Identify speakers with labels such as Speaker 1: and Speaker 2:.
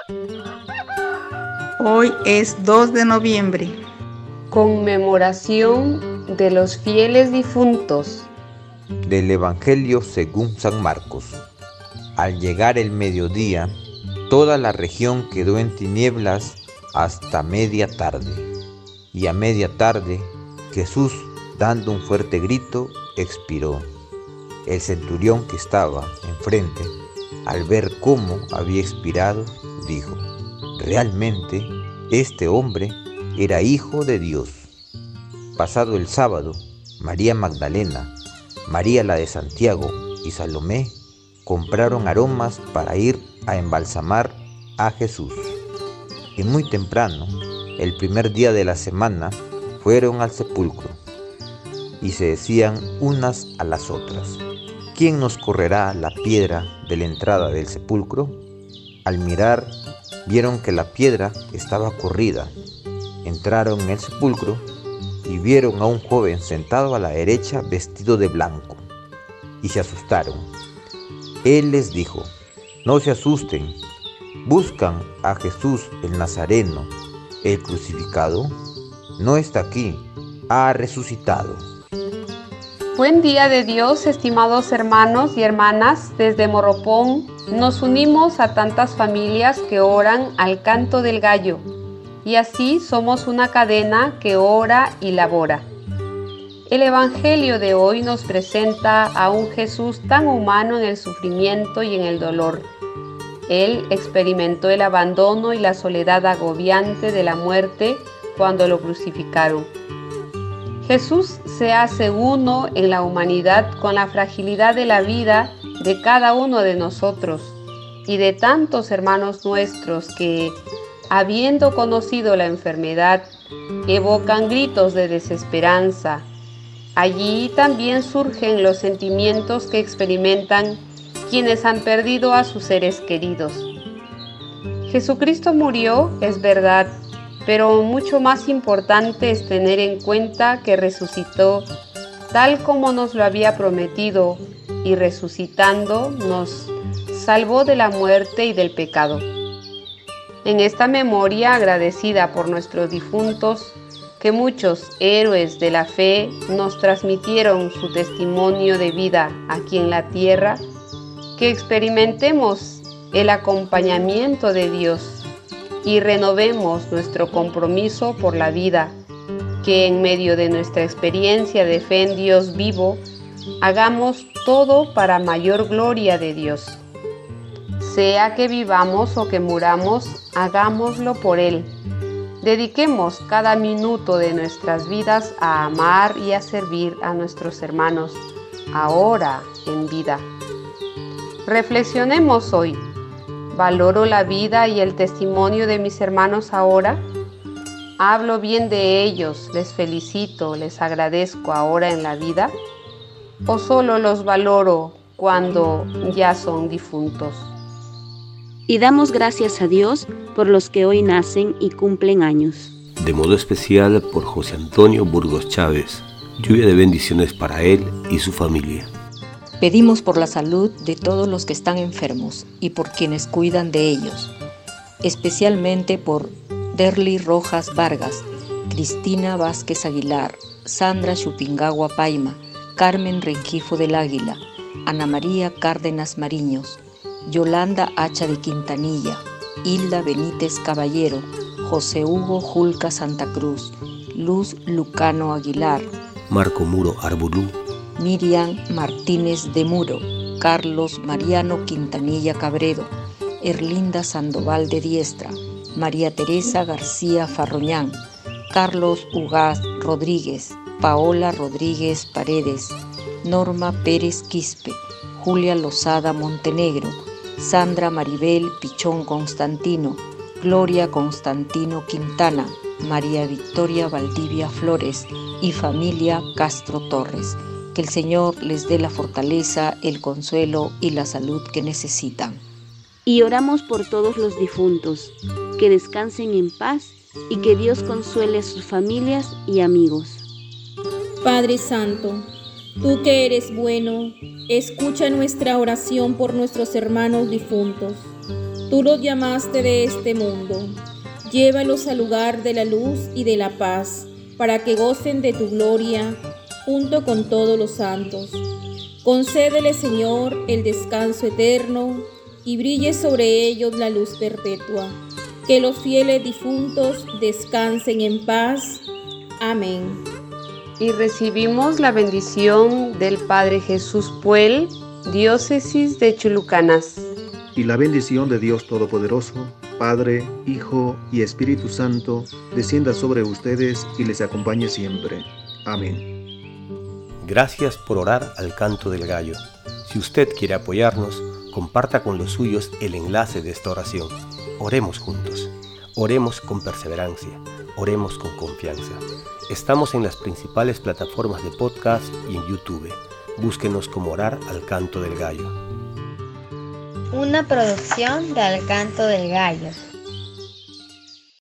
Speaker 1: Hoy es 2 de noviembre.
Speaker 2: Conmemoración de los fieles difuntos.
Speaker 3: Del Evangelio según San Marcos. Al llegar el mediodía, toda la región quedó en tinieblas hasta media tarde. Y a media tarde, Jesús, dando un fuerte grito, expiró. El centurión que estaba enfrente, al ver cómo había expirado, dijo: realmente, este hombre era hijo de Dios. Pasado el sábado, María Magdalena, María la de Santiago y Salomé compraron aromas para ir a embalsamar a Jesús. Y muy temprano, el primer día de la semana, fueron al sepulcro y se decían unas a las otras: ¿quién nos correrá la piedra de la entrada del sepulcro? Al mirar, vieron que la piedra estaba corrida. Entraron en el sepulcro y vieron a un joven sentado a la derecha vestido de blanco, y se asustaron. Él les dijo: no se asusten, ¿buscan a Jesús el Nazareno, el crucificado? No está aquí, ha resucitado.
Speaker 2: Buen día de Dios, estimados hermanos y hermanas. Desde Morropón nos unimos a tantas familias que oran al canto del gallo, y así somos una cadena que ora y labora. El Evangelio de hoy nos presenta a un Jesús tan humano en el sufrimiento y en el dolor. Él experimentó el abandono y la soledad agobiante de la muerte cuando lo crucificaron. Jesús se hace uno en la humanidad con la fragilidad de la vida de cada uno de nosotros y de tantos hermanos nuestros que, habiendo conocido la enfermedad, evocan gritos de desesperanza. Allí también surgen los sentimientos que experimentan quienes han perdido a sus seres queridos. Jesucristo murió, es verdad, pero mucho más importante es tener en cuenta que resucitó tal como nos lo había prometido, y resucitando nos salvó de la muerte y del pecado. En esta memoria agradecida por nuestros difuntos, que muchos héroes de la fe nos transmitieron su testimonio de vida aquí en la tierra, que experimentemos el acompañamiento de Dios y renovemos nuestro compromiso por la vida, que en medio de nuestra experiencia de fe en Dios vivo, hagamos todo para mayor gloria de Dios. Sea que vivamos o que muramos, hagámoslo por Él. Dediquemos cada minuto de nuestras vidas a amar y a servir a nuestros hermanos, ahora en vida. Reflexionemos hoy. ¿Valoro la vida y el testimonio de mis hermanos ahora? ¿Hablo bien de ellos, les felicito, les agradezco ahora en la vida? ¿O solo los valoro cuando ya son difuntos?
Speaker 4: Y damos gracias a Dios por los que hoy nacen y cumplen años.
Speaker 5: De modo especial por José Antonio Burgos Chávez. Lluvia de bendiciones para él y su familia.
Speaker 6: Pedimos por la salud de todos los que están enfermos y por quienes cuidan de ellos, especialmente por Derly Rojas Vargas, Cristina Vázquez Aguilar, Sandra Chupingagua Paima, Carmen Rengifo del Águila, Ana María Cárdenas Mariños, Yolanda Hacha de Quintanilla, Hilda Benítez Caballero, José Hugo Julca Santa Cruz, Luz Lucano Aguilar,
Speaker 5: Marco Muro Arbulú,
Speaker 6: Miriam Martínez de Muro, Carlos Mariano Quintanilla Cabredo, Erlinda Sandoval de Diestra, María Teresa García Farroñán, Carlos Ugaz Rodríguez, Paola Rodríguez Paredes, Norma Pérez Quispe, Julia Lozada Montenegro, Sandra Maribel Pichón Constantino, Gloria Constantino Quintana, María Victoria Valdivia Flores y familia Castro Torres. Que el Señor les dé la fortaleza, el consuelo y la salud que necesitan.
Speaker 4: Y oramos por todos los difuntos, que descansen en paz y que Dios consuele a sus familias y amigos.
Speaker 7: Padre Santo, tú que eres bueno, escucha nuestra oración por nuestros hermanos difuntos. Tú los llamaste de este mundo. Llévalos al lugar de la luz y de la paz, para que gocen de tu gloria junto con todos los santos. Concédele, Señor, el descanso eterno y brille sobre ellos la luz perpetua. Que los fieles difuntos descansen en paz. Amén.
Speaker 2: Y recibimos la bendición del Padre Jesús Puel, Diócesis de Chulucanas.
Speaker 8: Y la bendición de Dios Todopoderoso, Padre, Hijo y Espíritu Santo, descienda sobre ustedes y les acompañe siempre. Amén.
Speaker 5: Gracias por orar al canto del gallo. Si usted quiere apoyarnos, comparta con los suyos el enlace de esta oración. Oremos juntos. Oremos con perseverancia. Oremos con confianza. Estamos en las principales plataformas de podcast y en YouTube. Búsquenos como Orar al Canto del Gallo.
Speaker 9: Una producción de Al Canto del Gallo.